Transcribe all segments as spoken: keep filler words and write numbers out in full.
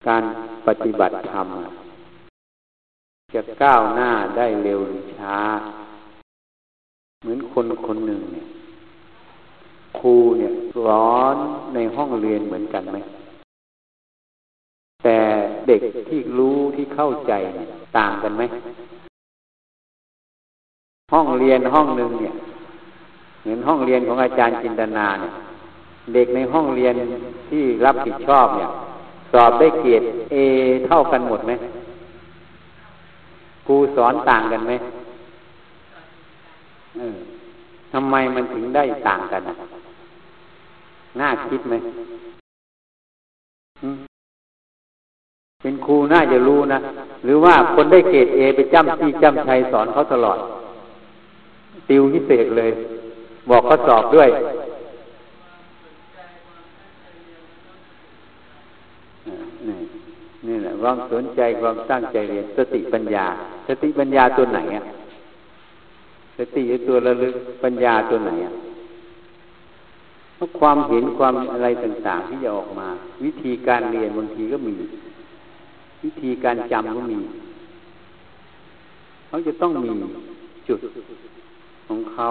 การปฏิบัติธรรมจะก้าวหน้าได้เร็วหรือช้าเหมือนคนคนหนึ่งเนี่ยครูเนี่ยสอนในห้องเรียนเหมือนกันไหมแต่เด็กที่รู้ที่เข้าใจเนี่ยต่างกันไหมห้องเรียนห้องหนึ่งเนี่ยเหมือนห้องเรียนของอาจารย์จินตนาเนี่ยเด็กในห้องเรียนที่รับผิดชอบเนี่ยสอบได้เกรด A เท่ากันหมดไหมครูสอนต่างกันไหมเออทำไมมันถึงได้ต่างกันนะน่าคิดไหมเป็นครูน่าจะรู้นะหรือว่าคนได้เกรด A ไปจ้ำที่จ้ำชัยสอนเขาตลอดติวพิเศษเลยบอกเขาสอบด้วยนี่นี่แหละความสนใจความตั้งใจเรียนสติปัญญาสติปัญญาตัวไหนอ่ะสติตัวระลึกปัญญาตัวไหนอ่ะเพราะความเห็นความอะไรต่างๆที่จะออกมาวิธีการเรียนบางทีก็มีวิธีการจำก็มีเขาจะต้องมีจุดของเขา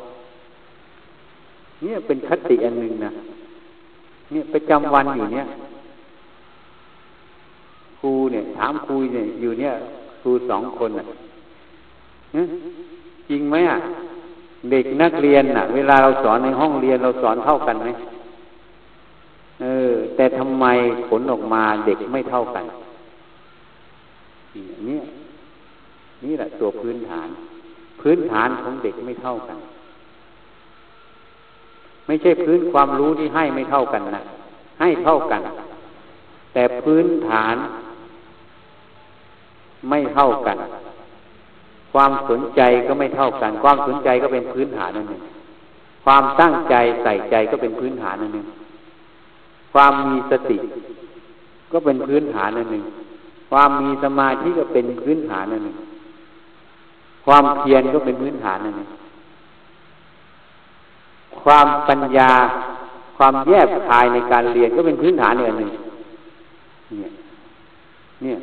เนี่ยเป็นคติอันหนึ่งนะเนี่ยประจำวันอยู่เนี่ยครูเนี่ยถามครูเนี่ยอยู่เนี่ยครูสองคนน่ะจริงไหมอ่ะเด็กนักเรียนน่ะเวลาเราสอนในห้องเรียนเราสอนเท่ากันไหมเออแต่ทำไมผลออกมาเด็กไม่เท่ากันนี่นี่แหละตัวพื้นฐานพื้นฐานของเด็กไม่เท่ากันไม่ใช่พื้นความรู้ที่ให้ไม่เท่ากันนะให้เท่ากันแต่พื้นฐานไม่เท่ากันความสนใจก็ไม่เท่ากันความสนใจก็เป็นพื้นฐานนั่นเองความตั้งใจใส่ใจก็เป็นพื้นฐานนั่นเองความมีสติก็เป็นพื้นฐานนั่นเองความมีสมาธิก็เป็นพื้นฐานนั่นเองความเพียรก็เป็นพื้นฐานนั่นเองความปัญญาความแยบคายในการเรียนก็เป็นพื้นฐานอีกอันหนึ่งเนี่ยเนี่ย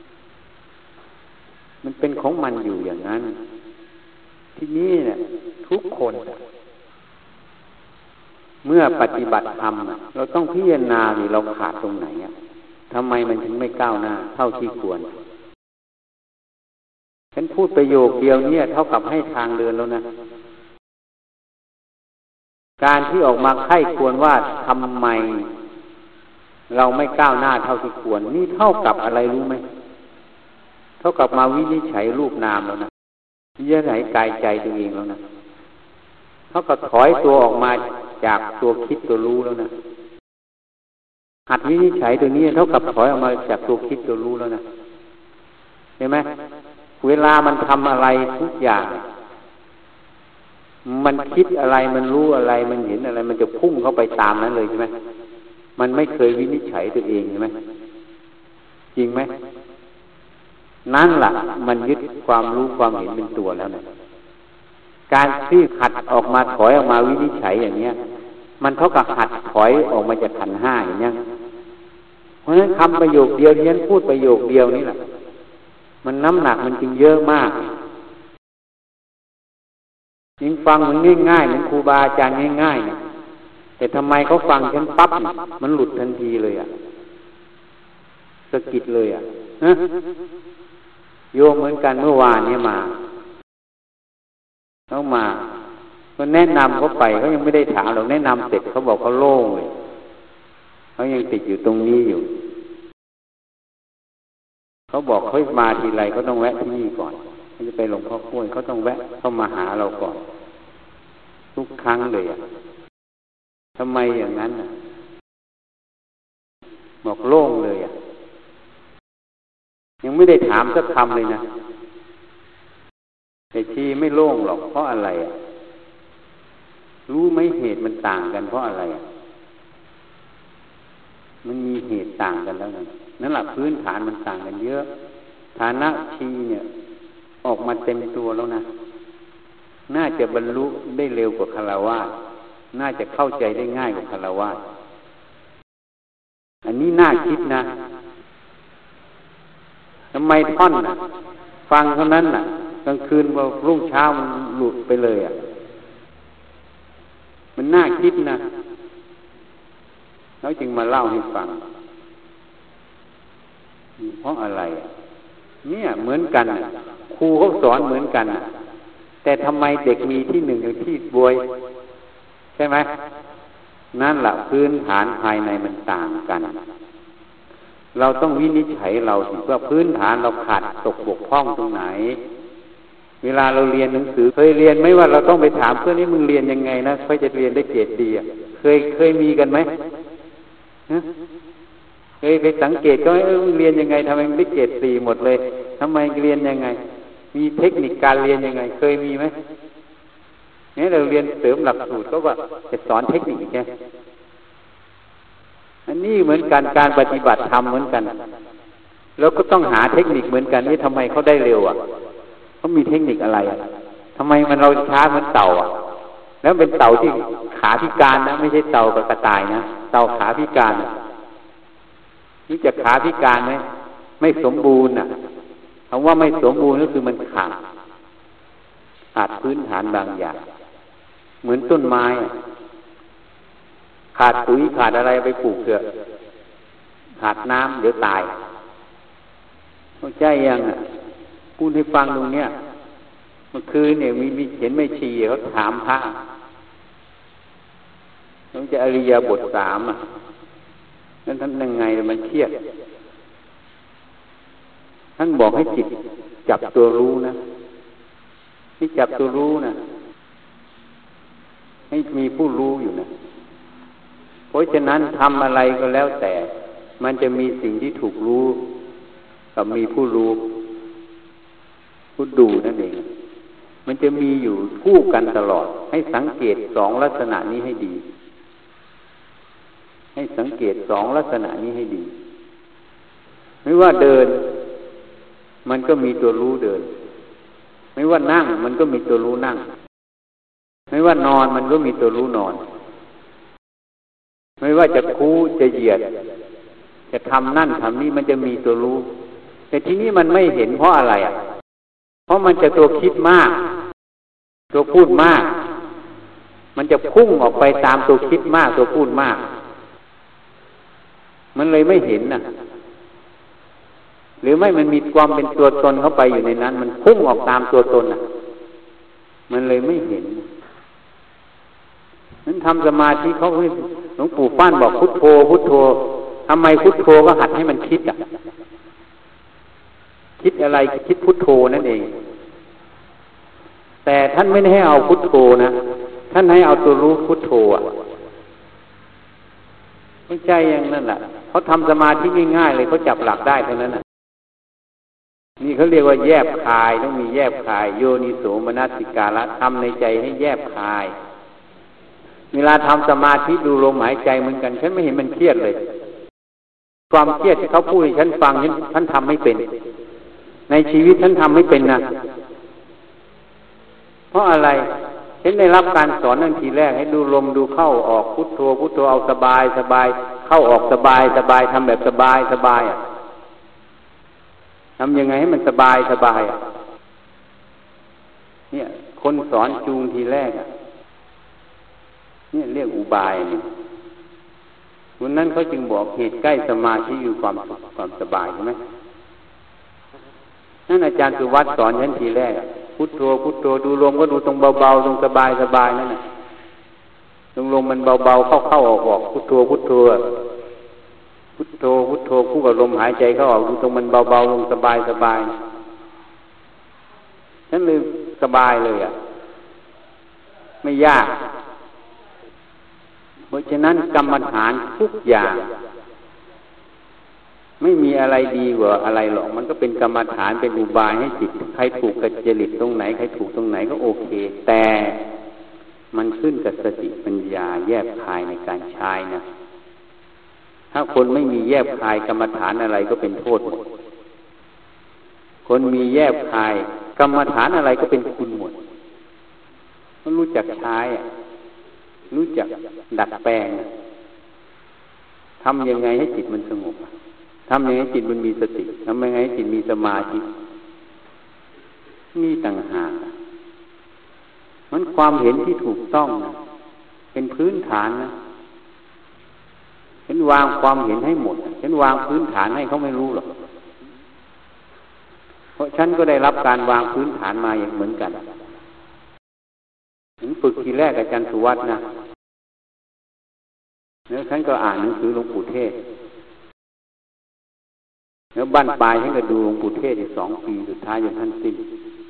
มันเป็นของมันอยู่อย่างนั้นที่นี้เนี่ยทุกคนเมื่อปฏิบัติธรรมเราต้องพิจารณาดิเราขาดตรงไหนอ่ะทำไมมันถึงไม่ก้าวหน้าเท่าที่ควรฉันพูดประโยคเดียวเนี่ยเท่ากับให้ทางเดินแล้วนะการที่ออกมาไข้ควรว่าทำไมเราไม่ก้าวหน้าเท่าที่ควรนี่เท่ากับอะไรรู้ไหมเท่ากับมาวินิจฉัยรูปนามแล้วนะวินิจฉัยกายใจตัวเองแล้วนะเท่ากับถอยตัวออกมาจากตัวคิดตัวรู้แล้วนะหัดวินิจฉัยตัวนี้เท่ากับถอยออกมาจากตัวคิดตัวรู้แล้วนะเห็นไหมเวลามันทำอะไรทุกอย่างมันคิดอะไรมันรู้อะไรมันเห็นอะไรมันจะพุ่งเข้าไปตามนั้นเลยใช่ไหมมันไม่เคยวินิจฉัยตัวเองใช่ไหมจริงไหมนั่นแหละมันยึดความรู้ความเห็นเป็นตัวแล้วนะการที่หัดออกมาถอยออกมาวินิจฉัยอย่างเนี้ยมันเท่ากับหัดถอยออกมาจากขันธ์ห้าอย่างเนี้ยเพราะฉะนั้นคำประโยคเดียวที่ฉันพูดประโยคเดียวนี่แหละมันน้ำหนักมันจึงเยอะมากยิ่งฟังเหมือนง่ายๆเหมือนครูบาอาจารย์ง่ายๆเนี่ยแต่ทำไมเขาฟังฉันปั๊บมันหลุดทันทีเลยอ่ะสะกิดเลยอ่ะฮะโยมเหมือนกันเมื่อวานนี้มาเขามาก็แนะนำเขาไปเขายังไม่ได้ถามหรอกแนะนำเสร็จเขาบอกเขาโล่งเลยเขายังติดอยู่ตรงนี้อยู่เขาบอกเขามาทีไรเขาต้องแวะที่นี่ก่อนเขาจะไปหลวงพ่อกล้วยเขาต้องแวะเข้ามาหาเราก่อนทุกครั้งเลยอ่ะทำไมอย่างนั้นอ่ะบอกโล่งเลยอ่ะยังไม่ได้ถามสักคำเลยนะแต่ทีไม่โล่งหรอกเพราะอะไรอ่ะรู้ไหมเหตุมันต่างกันเพราะอะไรอ่ะมันมีเหตุต่างกันแล้วนะนั่นแหละพื้นฐานมันต่างกันเยอะฐานะชีเนี่ยออกมาเต็มตัวแล้วนะน่าจะบรรลุได้เร็วกว่าฆราวาสน่าจะเข้าใจได้ง่ายกว่าฆราวาสอันนี้น่าคิดนะทำไมท่อนน่ะฟังเท่านั้นน่ะกลางคืนพอรุ่งเช้ามันหลุดไปเลยอ่ะมันน่าคิดนะแล้วจึงมาเล่าให้ฟังเพราะอะไรเนี่ยเหมือนกันครูเขาสอนเหมือนกันแต่ทำไมเด็กมีที่หนึ่งกับที่บวยใช่ไหมนั่นแหละพื้นฐานภายในมันต่างกันเราต้องวินิจฉัยเราสิว่าพื้นฐานเราขาดตกบกพร่องตรงไหนเวลาเราเรียนหนังสือเคยเรียนไหมว่าเราต้องไปถามเพื่อนนี่มึงเรียนยังไงนะเพื่อจะเรียนได้เกรดดีเคยเคยมีกันไหมเคยไปสังเกตก็เออมึงเรียนยังไงทำไมมึงได้เกรดสี่หมดเลยทำไมเรียนยังไงมีเทคนิคการเรียนยังไงเคยมีไหมเนี่ยเราเรียนเสริมหลักสูตรก็ว่าจะสอนเทคนิคแค่อันนี้เหมือนกันการปฏิบัติธรรมเหมือนกันแล้วก็ต้องหาเทคนิคเหมือนกันนี่ทำไมเขาได้เร็วอ่ะเขามีเทคนิคอะไรอ่ะทำไมมันเราช้าเหมือนเต่าอ่ะแล้วเป็นเต่าที่ขาพิการนะไม่ใช่เต่ากับกระต่ายนะเต่าขาพิการนี่จะขาพิการไหมไม่สมบูรณ์อ่ะคำว่าไม่สมบูรณ์ก็คือมันขาดขาดพื้นฐานบางอย่างเหมือนต้นไม้ขาดปุ๋ยขาดอะไรไปปลูกเถอะขาดน้ำเดี๋ยวตายเข้าใจยังอ่ะพูดให้ฟังตรงเนี้ยเมื่อคืนเนี่ยมีมีเห็นไม่ชีเขาถามพระต้องจะอริยบทสามอ่ะนั้นท่านยังไงมันเครียดท่านบอกให้จิตจับตัวรู้นะให้จับตัวรู้นะให้มีผู้รู้อยู่นะเพราะฉะนั้นทำอะไรก็แล้วแต่มันจะมีสิ่งที่ถูกรู้กับมีผู้รู้ผู้ดูนั่นเองมันจะมีอยู่คู่กันตลอดให้สังเกตสองลักษณะนี้ให้ดีให้สังเกตสองลักษณะนี้ให้ดีไม่ว่าเดินมันก็มีตัวรู้เดินไม่ว่านั่งมันก็มีตัวรู้นั่งไม่ว่านอนมันก็มีตัวรู้นอนไม่ว่าจะคู่จะเหยียดจะทำนั่นทำนี่มันจะมีตัวรู้แต่ที่นี้มันไม่เห็นเพราะอะไรอ่ะเพราะมันจะตัวคิดมากตัวพูดมากมันจะพุ่งออกไปตามตัวคิดมากตัวพูดมากมันเลยไม่เห็นน่ะหรือไม่มันมีความเป็นตัวตนเข้าไปอยู่ในนั้นมันพุ่งออกตามตัวตนน่ะมันเลยไม่เห็นนั้นทำสมาธิเขาหลวงปู่ฟั่นบอกพุทโธพุทโธทำไมพุทโธก็หัดให้มันคิดอ่ะคิดอะไรคิดพุทโธนั่นเองแต่ท่านไม่ได้ให้เอาพุทโธนะท่านให้เอาตัวรู้พุทโธอ่ะไม่ใช่อย่างนั้นแหละเขาทำสมาธิง่ายๆเลยเขาจับหลักได้เท่านั้นน่ะนี่เขาเรียกว่าแยบคายต้องมีแยบคายโยนิโสมนสิการะทำในใจให้แยบคายเวลาทำสมาธิดูลมหายใจเหมือนกันฉันไม่เห็นมันเครียดเลยความเครียดที่เขาพูดให้ฉันฟังฉันทำไม่เป็นในชีวิตฉันทำไม่เป็นนะเพราะอะไรฉันได้รับการสอนตั้งทีแรกให้ดูลมดูเข้าออกพุทโธพุทโธเอาสบายสบายเข้าออกสบายสบายทำแบบสบายสบายอ่ะทำยังไงให้มันสบายสบายอ่ะเนี่ยคนสอนจูงทีแรกอ่ะเนี่ยเรียกอุบายเนี่ยวันนั้นเขาจึงบอกเหตุใกล้สมาธิอยู่ความสุขความสบายใช่ไหมนั่นอาจารย์สุวัตสอนฉันทีแรกพุทโธพุทโธดูลมก็ดูตรงเบาๆตรงสบายสบายนั่นแหละตรงลมมันเบาๆเข้าๆออกๆพุทโธพุทโธพุทโธพุทโธคู่กับลมหายใจเข้าออกดูตรงมันเบาๆลงสบายสบายนั่นเลยสบายเลยอ่ะไม่ยากเพราะฉะนั้นกรรมฐานทุกอย่างไม่มีอะไรดีกว่าอะไรหรอกมันก็เป็นกรรมฐานเป็นอุบายให้จิตใครถูกกับจริตตรงไหนใครถูกตรงไหนก็โอเคแต่มันขึ้นกับสติปัญญาแยบคายในการใช้นะถ้าคนไม่มีแยบคายกรรมฐานอะไรก็เป็นโทษหมดคนมีแยบคายกรรมฐานอะไรก็เป็นคุณหมดมันรู้จักใช้รู้จักดัดแปลงทำยังไงให้จิตมันสงบททำยังไงจิตมันมีสติทำยังไงจิตมีสมาธินี่ต่างหากมันความเห็นที่ถูกต้องนะเป็นพื้นฐานนะฉันวางความเห็นให้หมดฉันวางพื้นฐานให้เขาไม่รู้หรอกเพราะฉันก็ได้รับการวางพื้นฐานมาอย่างเหมือนกันฉันฝึกทีแรกอาจารย์สุวัฒน์นะแล้วฉันก็อ่านหนังสือหลวงปู่เทศแล้วบ้านปลายฉันก็ดูหลวงปู่เทศอีกสองปีสุดท้ายจนท่านสิ้น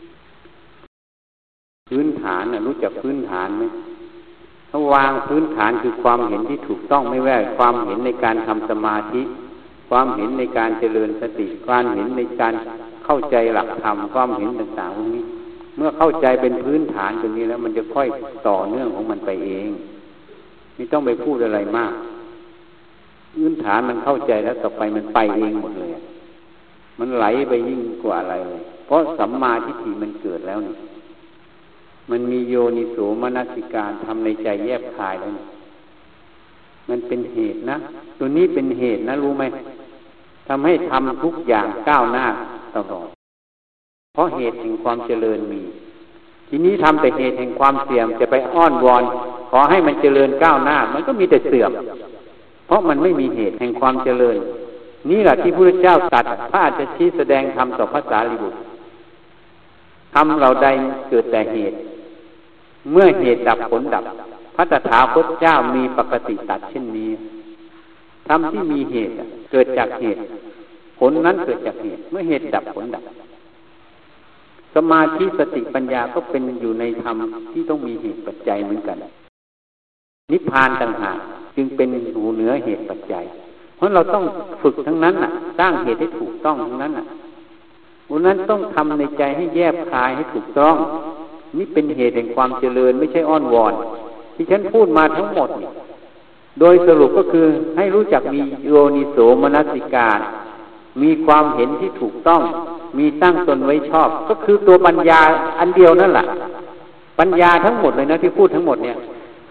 พื้นฐานน่ะรู้จักพื้นฐานไหมถ้าวางพื้นฐานคือความเห็นที่ถูกต้องไม่ว่าความเห็นในการทำสมาธิความเห็นในการเจริญสติความเห็นในการเข้าใจหลักธรรมความเห็นต่างๆพวกนี้เมื่อเข้าใจเป็นพื้นฐานตรงนี้แล้วมันจะค่อยต่อเนื่องของมันไปเองไม่ต้องไปพูดอะไรมากพื้นฐานมันเข้าใจแล้วต่อไปมันไปเองหมดเลยมันไหลไปยิ่งกว่าอะไรเลยเพราะสัมมาทิฏฐิมันเกิดแล้วนี่มันมีโยนิโสมนสิการทำในใจแยบคายแล้วนี่มันเป็นเหตุนะตัวนี้เป็นเหตุนะรู้ไหมทำให้ทำทุกอย่างก้าวหน้าตลอดเพราะเหตุแห่งความเจริญมีทีนี้ทำแต่เหตุแห่งความเสื่อมจะไปอ้อนวอนขอให้มันเจริญก้าวหน้ามันก็มีแต่เสื่อมเพราะมันไม่มีเหตุแห่งความเจริญนี่แหละที่พระพุทธเจ้าตรัสพระอาจจะชี้แสดงธรรมต่อพระสารีบุตรธรรมเราใดเกิดแต่เหตุเมื่อเหตุดับผลดับพระตถาคตเจ้ามีปกติตัดเช่นนี้ธรรมที่มีเหตุเกิดจากเหตุผลนั้นเกิดจากเหตุเมื่อเหตุดับผลดับสมาธิสติปัญญาก็เป็นอยู่ในธรรมที่ต้องมีเหตุปัจจัยเหมือนกันนิพพานต่างหากจึงเป็นหูเหนือเหตุปัจจัยเพราะเราต้องฝึกทั้งนั้นน่ะสร้างเหตุให้ถูกต้องทั้งนั้นน่ะเพราะนั้นต้องทำในใจให้แยบคายให้ถูกต้องนี่เป็นเหตุแห่งความเจริญไม่ใช่อ้อนวอนที่ฉันพูดมาทั้งหมดนี่โดยสรุปก็คือให้รู้จักมีโยนิโสมนสิการมีความเห็นที่ถูกต้องมีตั้งตนไว้ชอบก็คือตัวปัญญาอันเดียวนั่นแหละปัญญาทั้งหมดเลยนะที่พูดทั้งหมดเนี่ย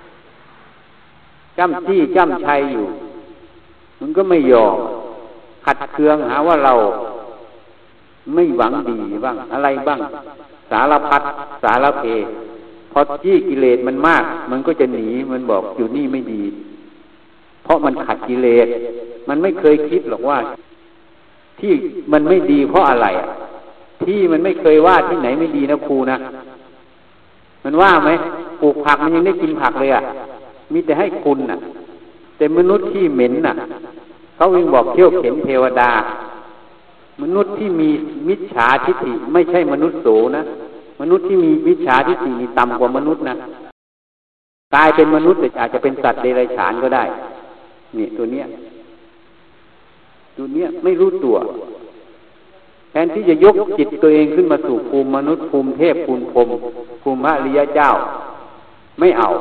จ้ำจี้จ้ำชัยอยู่มันก็ไม่ยอมขัดเคืองหาว่าเราไม่หวังดีบ้างอะไรบ้างสารพัดสารเพพอจี้กิเลสมันมากมันก็จะหนีมันบอกอยู่นี่ไม่ดีเพราะมันขัดกิเลสมันไม่เคยคิดหรอกว่าที่มันไม่ดีเพราะอะไรอ่ะที่มันไม่เคยว่าที่ไหนไม่ดีนะครูนะมันว่าไหมปลูกผักมันยังได้กินผักเลยอ่ะมีแต่ให้คุณน่ะแต่มนุษย์ที่เหม็นน่ะเขาเองบอกเขี้ยวเข็นเทวดามนุษย์ที่มีมิจฉาทิฏฐิไม่ใช่มนุษย์โสนะมนุษย์ที่มีมิจฉาทิฏฐินี่ต่ำกว่ามนุษย์นะกลายเป็นมนุษย์แต่อาจจะเป็นสัตว์เดรัจฉานก็ได้นี่ตัวเนี้ยตัวเนี้ยไม่รู้ตัวแทนที่จะยกจิตตัวเองขึ้นมาสู่ภูมิมนุษย์ภูมิเทพภูมิพรหมภูมิพระอริยเจ้าไม่เอา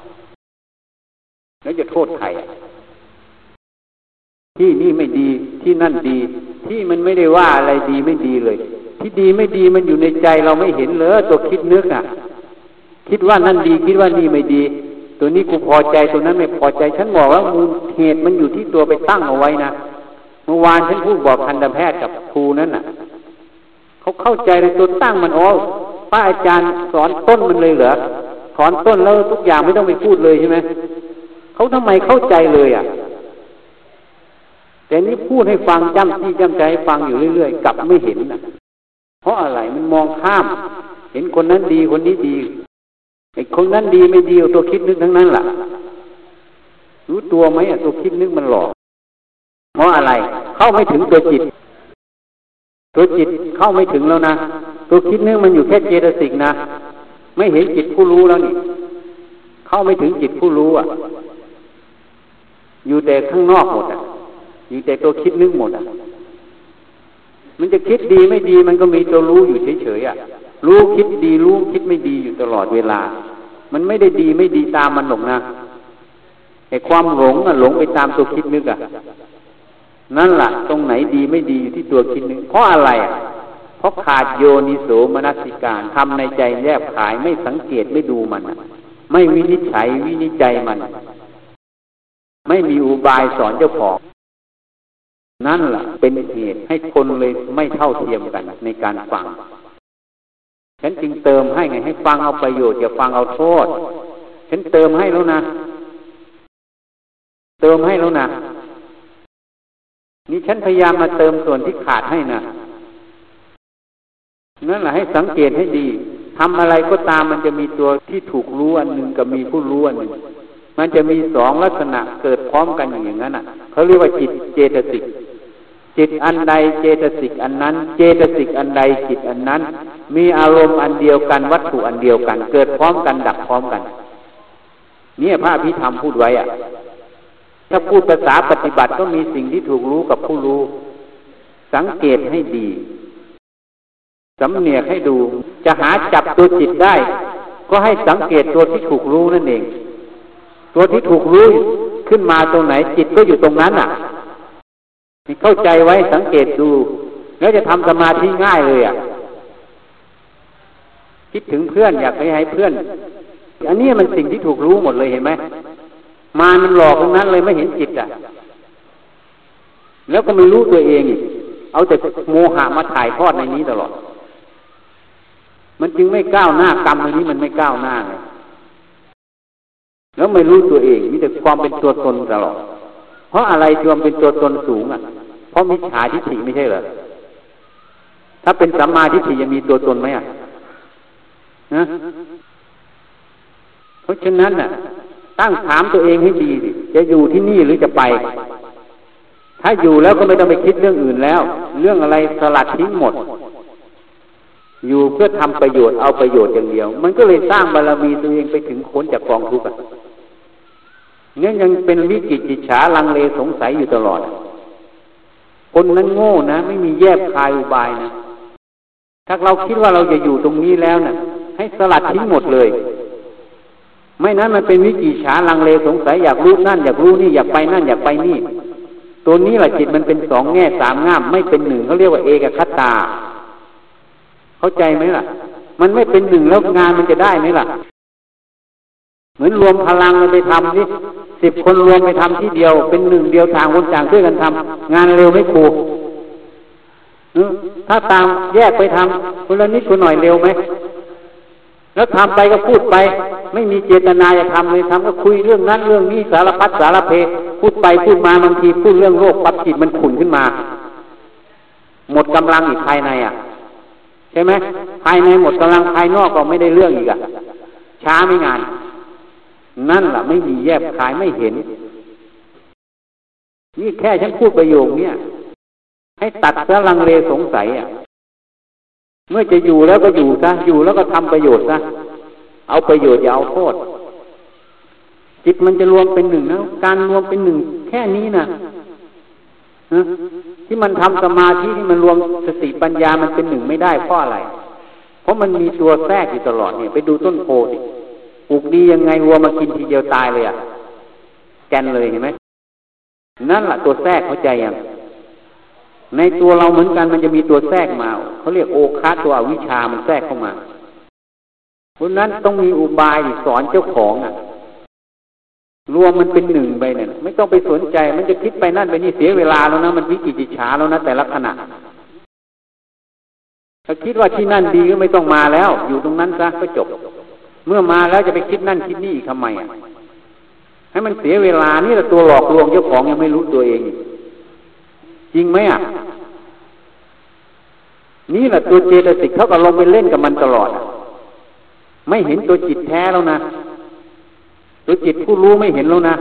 แล้วจะโทษใครที่นี่ไม่ดีที่นั่นดีที่มันไม่ได้ว่าอะไรดีไม่ดีเลยที่ดีไม่ดีมันอยู่ในใจเราไม่เห็นเลยตัวคิดนึกอ่ะคิดว่านั่นดีคิดว่านี่ไม่ดีตัวนี้กูพอใจตัวนั้นไม่พอใจฉันบอกว่ามูลเหตุมันอยู่ที่ตัวไปตั้งเอาไว้นะเมื่อวานฉันพูดบอกทันตแพทย์กับครูนั้นน่ะเขาเข้าใจในตัวตั้งมันอ๋อป้าอาจารย์สอนต้นมันเลยเหรอสอนต้นแล้วทุกอย่างไม่ต้องไปพูดเลยใช่ไหมเขาทำไมเข้าใจเลยอ่ะแต่นี้พูดให้ฟังจำที่จำใจให้ฟังอยู่เรื่อยๆกลับไม่เห็นนะเพราะอะไรมันมองข้ามเห็นคนนั้นดีคนนี้ดีไอ้คนนั้นดีไม่ดีเอาตัวคิดนึกทั้งนั้นล่ะรู้ตัวไหมอ่ะตัวคิดนึกมันหลอกเพราะอะไรเข้าไม่ถึงตัวจิตตัวจิตเข้าไม่ถึงแล้วนะตัวคิดนึกมันอยู่แค่เจตสิกนะไม่เห็นจิตผู้รู้แล้วนี่เข้าไม่ถึงจิตผู้รู้อ่ะอยู่แต่ข้างนอกหมดอ่ะอยู่แต่ตัวคิดนึกหมดอ่ะมันจะคิดดีไม่ดีมันก็มีตัวรู้อยู่เฉยๆอ่ะรู้คิดดีรู้คิดไม่ดีอยู่ตลอดเวลามันไม่ได้ดีไม่ดีตามมันหรอกนะไอ้ความหลงอ่ะหลงไปตามตัวคิดนึกอ่ะนั่นแหละตรงไหนดีไม่ดีอยู่ที่ตัวคิดนึกเพราะอะไรอ่ะเพราะขาดโยนิโสมนสิการทำในใจแยบขายไม่สังเกตไม่ดูมันไม่วินิจฉัยวินิจฉัยมันไม่มีอุบายสอนเจ้าของนั่นแหละเป็นเหตุให้คนเลยไม่เท่าเทียมกันในการฟังฉันจึงเติมให้ไงให้ฟังเอาประโยชน์อย่าฟังเอาโทษฉันเติมให้แล้วนะเติมให้แล้วนะนี่ฉันพยายามมาเติมส่วนที่ขาดให้นะนั่นแหละให้สังเกตให้ดีทำอะไรก็ตามมันจะมีตัวที่ถูกรู้อันหนึ่งกับมีผู้รู้อันหนึ่งมันจะมีสองลักษณะเกิดพร้อมกันอย่างนั้นอ่ะเขาเรียกว่าจิตเจตสิกจิตอันใดเจตสิกอันนั้นเจตสิกอันใดจิตอันนั้นมีอารมณ์อันเดียวกันวัตถุอันเดียวกันเกิดพร้อมกันดับพร้อมกันเนี่ยพระอภิธรรมพูดไว้อ่ะถ้าพูดภาษาปฏิบัติก็มีสิ่งที่ถูกรู้กับผู้รู้สังเกตให้ดีสำเนียกให้ดูจะหาจับตัวจิตได้ก็ให้สังเกตตัวที่ถูกรู้นั่นเองตัวที่ถูกรู้ขึ้นมาตรงไหนจิตก็อยู่ตรงนั้นอ่ะเข้าใจไว้สังเกตดูแล้วจะทำสมาธิง่ายเลยอ่ะคิดถึงเพื่อนอยากไปให้เพื่อนอันนี้มันสิ่งที่ถูกรู้หมดเลยเห็นไหมมารมันหลอกตรงนั้นเลยไม่เห็นจิตอ่ะแล้วก็ไม่รู้ตัวเองอีกเอาแต่โมหะมาถ่ายทอดในนี้ตลอดมันจึงไม่ก้าวหน้ากรรมอันนี้มันไม่ก้าวหน้าเลยแล้วไม่รู้ตัวเองมีแต่ความเป็นตัวตนตลอดเพราะอะไรที่มันเป็นตัวตนสูงอ่ะเพราะมิจฉาทิฏฐิไม่ใช่เหรอถ้าเป็นสัมมาทิฏฐิจะมีตัวตนไหมอ่ะนะเพราะฉะนั้นน่ะตั้งถามตัวเองให้ดีสิจะอยู่ที่นี่หรือจะไปถ้าอยู่แล้วก็ไม่ต้องไปคิดเรื่องอื่นแล้วเรื่องอะไรสลัดทิ้งหมดอยู่เพื่อทำประโยชน์เอาประโยชน์อย่างเดียวมันก็เลยสร้างบารมีตัวเองไปถึงพ้นจากกองทุกข์อ่ะเนี่ยยังเป็นวิจิกิจฉาลังเลสงสัยอยู่ตลอดคนนั้นโง่นะไม่มีแยบคายอุบายนะถ้าเราคิดว่าเราจะอยู่ตรงนี้แล้วนะ่ะให้สลัดทิ้งหมดเลยไม่นั้นมันเป็นวิจิกิจฉาลังเลสงสัยอยากรู้นั่นอยากรู้นี่อยากไปนั่นอยากไปนี่ตัวนี้แหละจิตมันเป็นสองแง่สามง่ามไม่เป็นหนึ่งเขาเรียกว่าเอกคตาเข้าใจไหมล่ะมันไม่เป็นหนึ่งแล้วงานมันจะได้ไหมล่ะเหมือนรวมพลังไปทำนี่สิบคนรวมไปทำที่เดียวเป็นหนึ่งเดียวทางคนต่างช่วยกันทำงานเร็วไม่ครูถ้าตามแยกไปทำคนละนิดคนหน่อยเร็วไหมแล้วทำไปก็พูดไปไม่มีเจตนาจะทำเลยทำก็คุยเรื่องนั้นเรื่องนี้สารพัดสารเพพูดไปพูดมาบางทีพูดเรื่องโรคปั๊บจิตมันขุ่นขึ้นมาหมดกำลังอีกภายในอ่ะใช่ไหมภายในหมดกำลังภายนอกก็ไม่ได้เรื่องอีกอ่ะช้าไม่งานนั่นแหละไม่มีแยบคายไม่เห็นนี่แค่ฉันพูดประโยคนี้ให้ตัดซะลังเลสงสัยอ่ะเมื่อจะอยู่แล้วก็อยู่ซะอยู่แล้วก็ทำประโยชน์ซะเอาประโยชน์อย่าเอาโทษจิตมันจะรวมเป็นหนึ่งนะการรวมเป็นหนึ่งแค่นี้นะที่มันทำสมาธิที่มันรวมสติปัญญามันเป็นหนึ่งไม่ได้เพราะอะไรเพราะมันมีตัวแทรกอยู่ตลอดเนี่ยไปดูต้นโพดิปลูกดียังไงวัวมากินทีเดียวตายเลยอ่ะแกนเลยเห็นไหมนั่นแหละตัวแทรกเข้าใจยังในตัวเราเหมือนกันมันจะมีตัวแทรกมาเขาเรียกโอคาตัวอวิชชามันแทรกเข้ามาเพราะนั้นต้องมีอุบายสอนเจ้าของอ่ะรวมมันเป็นหนึ่งไปเนี่ยไม่ต้องไปสนใจมันจะคิดไปนั่นไปนี่เสียเวลาแล้วนะมันวิจิกิจฉาแล้วนะแต่ละขณะถ้าคิดว่าที่นั่นดีก็ไม่ต้องมาแล้วอยู่ตรงนั้นซะก็จบเมื่อมาแล้วจะไปคิดนั่นคิดนี่ทำไมอ่ะให้มันเสียเวลานี่แหละตัวหลอกลวงเจ้าของยังไม่รู้ตัวเองจริงไหมอ่ะนี่แหละตัวเจตสิกเขาก็ลงไปเล่นกับมันตลอดไม่เห็นตัวจิตแท้แล้วนะตัวจิตผู้รู้ไม่เห็นแล้วนะ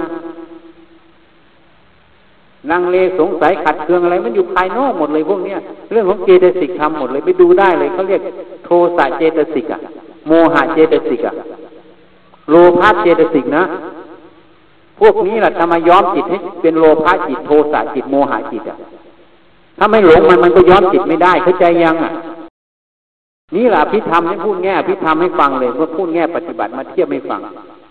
ลังเลสงสัยขัดเคืองอะไรมันอยู่ภายนอกหมดเลยพวกเนี้ยเรื่องของเจตสิกทำหมดเลยไปดูได้เลยเขาเรียกโทสะเจตสิกอ่ะโมหะเจตสิกอ่ะโลภะเจตสิกนะพวกนี้แหละทำมาย้อมจิตให้เป็นโลภะจิตโทสะจิตโมหะจิตอ่ะถ้าไม่หลงมันมันก็ย้อมจิตไม่ได้เข้าใจยังอ่ะนี่แหละอภิธรรมให้พูดแง่อภิธรรมให้ฟังเลยว่าพูดแง่ปฏิบัติมาเทียบให้ฟัง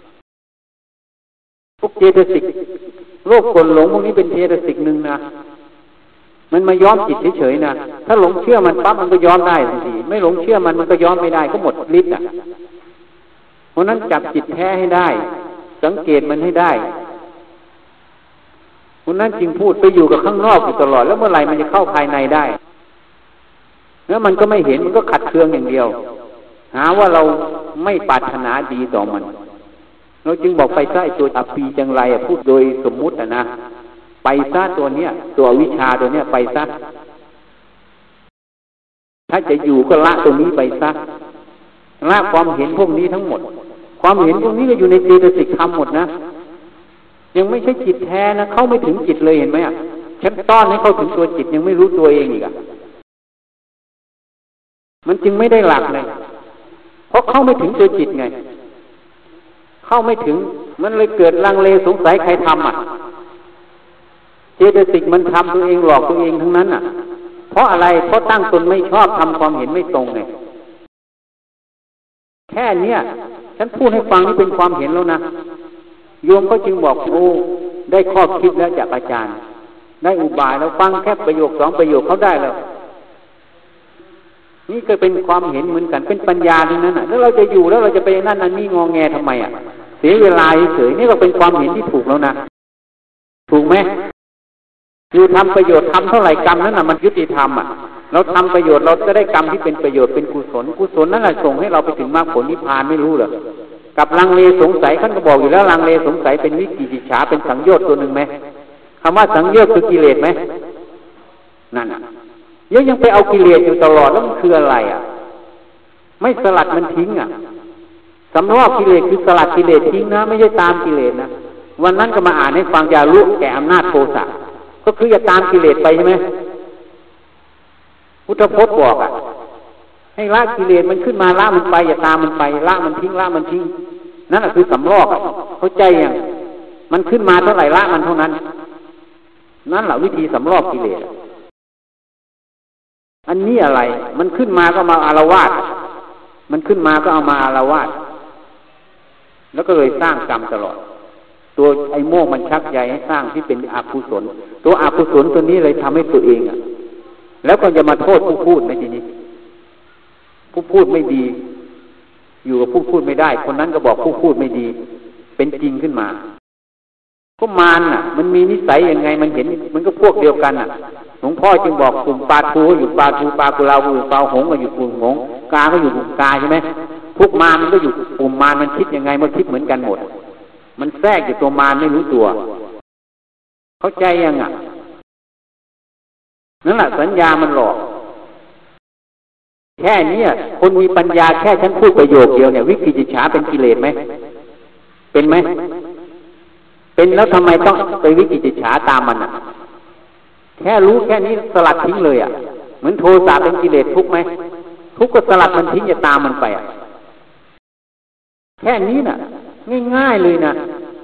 พวกเจตสิกโรคกลหลงพวกนี้เป็นเจตสิกหนึ่งนะมันมาย้อมจิตเฉยๆนะถ้าหลงเชื่อมันปั๊บมันก็ย้อมได้ทันทีไม่หลงเชื่อมันมันก็ย้อมไม่ได้ก็หมดฤทธิ์อ่ะเพราะนั้นจับจิตแท้ให้ได้สังเกตมันให้ได้ วคนนั้นจึงพูดไปอยู่กับข้างนอกอยู่ตลอดแล้วเมื่อไหร่มันจะเข้าภายในได้แล้วมันก็ไม่เห็นมันก็ขัดเคืองอย่างเดียวหาว่าเราไม่ปรารถนาดีต่อมันเราจึงบอกไปซะไอ้ตัวอัปปีจังไรพูดโดยสมมุติอ่ะนะไปซะตัวเนี้ยตัววิชาตัวเนี้ยไปซะถ้าจะอยู่ก็ละตัวนี้ไปซะละความเห็นพวกนี้ทั้งหมดความเห็นพวกนี้ก็อยู่ในเจตสิกธรรมหมดนะยังไม่ใช่จิตแท้นะเข้าไม่ถึงจิตเลยเห็นไหมอ่ะฉันต้อนให้เข้าถึงตัวจิตยังไม่รู้ตัวเองอีกอ่ะมันจึงไม่ได้หลักเลยเพราะเข้าไม่ถึงตัวจิตไงเข้าไม่ถึงมันเลยเกิดลังเลสงสัยใครทำอ่ะเจตสิกมันทำตัวเองหลอกตัวเองทั้งนั้นอ่ะเพราะอะไรเพราะตั้งตนไม่ชอบทำความเห็นไม่ตรงไงแค่เนี้ยฉันพูดให้ฟังนี่เป็นความเห็นแล้วนะโยมก็จึงบอกโอ้ได้ข้อคิดแล้วจากอาจารย์ได้อุบายแล้วฟังแค่ประโยคสองประโยคเขาได้แล้วนี่ก็เป็นความเห็นเหมือนกันเป็นปัญญาทั้งนั้นอ่ะแล้วเราจะอยู่แล้วเราจะไปนั่นอันนี้งอแงทำไมอ่ะเสียเวลาเฉยนี่ก็เป็นความเห็นที่ถูกแล้วนะถูกไหมอยู่ทำประโยชน์ทำเท่าไหร่กรรมนั้นน่ะมันยุติธรรมอ่ะเราทำประโยชน์เราจะได้กรรมที่เป็นประโยชน์เป็นกุศลกุศลนั่นแหละส่งให้เราไปถึงมรรคผลนิพพานไม่รู้เหรอกับลังเลสงสัยท่านก็บอกอยู่แล้วลังเลสงสัยเป็นวิกิจฉาเป็นสังโยชน์ตัวหนึ่งไหมคำว่าสังโยชน์คือกิเลสไหมนั่นอ่ะยังยังไปเอากิเลสอยู่ตลอดแล้วมันคืออะไรอ่ะไม่สลัดมันทิ้งอ่ะสำรอกกิเลสคือสลัดกิเลสทิ้งนะไม่ใช่ตามกิเลสนะวันนั้นก็มาอ่านให้ฟังอย่าลุกแก่อำนาจโทสะก็คืออย่าตามกิเลสไปใช่ไหมพุทธพจน์บอกอ่ะให้ละกิเลสมันขึ้นมาละมันไปอย่าตามมันไปละมันทิ้งละมันทิ้งนั่นแหละคือสำรอกเข้าใจยังมันขึ้นมาเท่าไหร่ละมันเท่านั้นนั่นแหละวิธีสำรอกกิเลสอันนี้อะไรมันขึ้นมาก็มาอาละวาดมันขึ้นมาก็เอามาอาละวาดแล้วก็เลยสร้างกรรมตลอดตัวไอ้โม่มันชักใยให้สร้างที่เป็นอกุศลตัวอกุศลตัวนี้เลยทำให้ตัวเองอ่ะแล้วก็จะมาโทษผู้พูดในทีนี้ผู้พูดไม่ดีอยู่กับผู้พูดไม่ได้คนนั้นก็บอกผู้พูดไม่ดีเป็นจริงขึ้นมาก็มารน่ะมันมีนิสัยยังไงมันเห็นมันก็พวกเดียวกันน่ะหลวงพ่อจึงบอกกลุ่มปลาทูอยู่ปลาทูปลากุเลาอยู่ปลาหงก็อยู่กลุ่มหงกาก็อยู่กลุ่มกาใช่ไหมทุกมารมันก็อยู่กลุ่มมารมันคิดยังไงมันคิดเหมือนกันหมดมันแทรกอยู่ตัวมารไม่รู้ตัวเข้าใจยังอ่ะนั่นแหละสัญญามันหลอกแค่นี้คนมีปัญญาแค่ฉันพูดประโยคเดียวเนี่ยวิกิจฉาเป็นกิเลสไหมเป็นไหมเป็นแล้วทำไมต้องไปวิกิจฉาตามมันอ่ะแค่รู้แค่นี้สลัดทิ้งเลยอ่ะเหมือนโทสะเป็นกิเลสทุกไหมทุกก็สลัดมันทิ้งอย่าตามมันไปอ่ะแค่นี้น่ะง่ายๆเลยนะ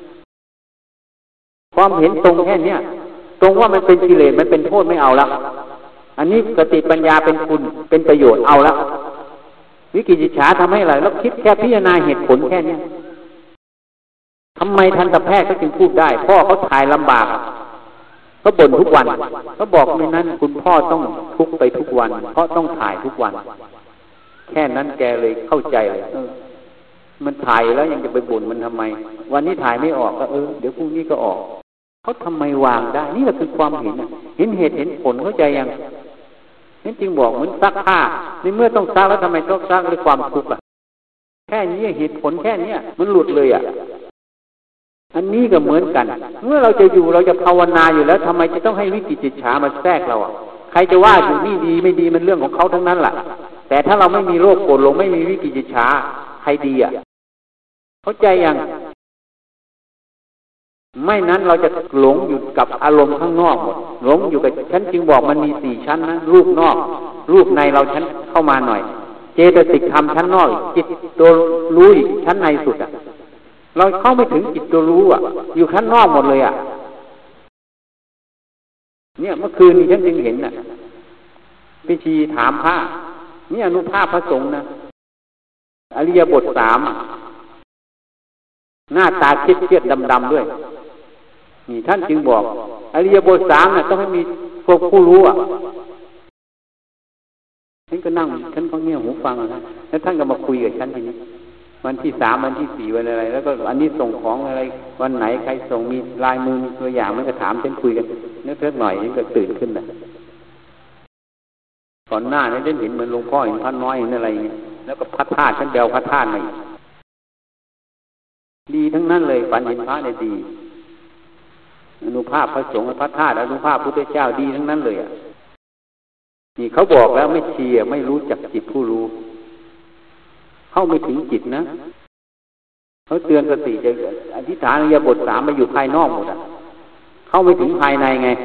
ความเห็นตรงแค่เนี้ยตรงว่ามันเป็นกิเลสมันเป็นโทษไม่เอาละอันนี้สติปัญญาเป็นคุณเป็นประโยชน์เอาละวิกิจฉาทำให้อะไรแล้วคิดแค่พิจารณาเหตุผลแค่เนี้ยทำไมทันตแพทย์เขาจึงพูดได้พ่อเขาถ่ายลำบากเขาบ่นทุกวันเขาบอกในนั้นคุณพ่อต้องทุกไปทุกวันเพราะต้องถ่ายทุกวันแค่นั้นแกเลยเข้าใจเลยเออมันถ่ายแล้วยังจะไปบ่นมันทำไมวันนี้ถ่ายไม่ออกก็เออเดี๋ยวพรุ่งนี้ก็ออกเขาทำไมวางได้นี่แหละคือความเห็นเห็นเหตุเห็นผลเข้าใจยังนี่จึงบอกเหมือนซักผ้าในเมื่อต้องซักแล้วทำไมต้องซักด้วยความทุกข์อ่ะแค่นี้เหตุผลแค่นี้มันหลุดเลยอ่ะอันนี้ก็เหมือนกันเมื่อเราจะอยู่เราจะภาวนาอยู่แล้วทำไมจะต้องให้วิกิจฉามาแทรกเราอ่ะใครจะว่าอยู่นี่ดีไม่ดีมันเรื่องของเขาทั้งนั้นแหละแต่ถ้าเราไม่มีโรคโกรธหลงไม่มีวิกิจฉาใครดีอ่ะเข้าใจยังไม่นั้นเราจะหลงอยู่กับอารมณ์ข้างนอกหมดหลงอยู่กับฉันจึงบอกมันมีสี่ชั้นนะรูปนอกรูปในเราชั้นเข้ามาหน่อยเจตสิกธรรมชั้นนอกจิตตัวรู้อีกชั้นในสุดอ่ะเราเข้าไม่ถึงจิตตัวรู้อ่ะอยู่ชั้นนอกหมดเลยอ่ะเนี่ยเมื่อคืนนี้ฉันจึงเห็นน่ะพิชีถามพระนี่อนุภาพพระสงฆ์นะอริยบทสามหน้าตาเครียดๆดำๆด้วยนี่ท่านจึงบอกอริยบทสามน่ะต้องให้มีพวกผู้รู้อ่ะฉันก็นั่งฉันก็เงี่ยหูฟังนะแล้วท่านก็มาคุยกับฉันทีนี้วันที่สามวันที่สี่วันอะไรแล้วก็อันนี้ส่งของอะไรวันไหนใครส่งมีลายมือตัวอย่างมันก็ถามฉันคุยกันนึกเล็กหน่อยนี่ก็ตื่นขึ้นเลยก่อนหน้านี้ได้เห็นเหมือนหลวงพ่อเห็นพระน้อยเห็นอะไรอย่างเงี้ยแล้วก็พระธาตุฉันเดาพระธาตุมาอีกดีทั้งนั้นเลยฝันเห็นพระเนี่ยดีอนุภาพพระสงฆ์พระธาตุอนุภาพพุทธเจ้าดีทั้งนั้นเลยอ่ะนี่เขาบอกแล้วไม่เชียร์ไม่รู้จักจิตผู้รู้เข้าไม่ถึงจิตนะเขาเตือนสติจะอธิษฐานอริยบทสามมาอยู่ภายนอกหมดอ่ะเข้าไม่ถึงภายในไง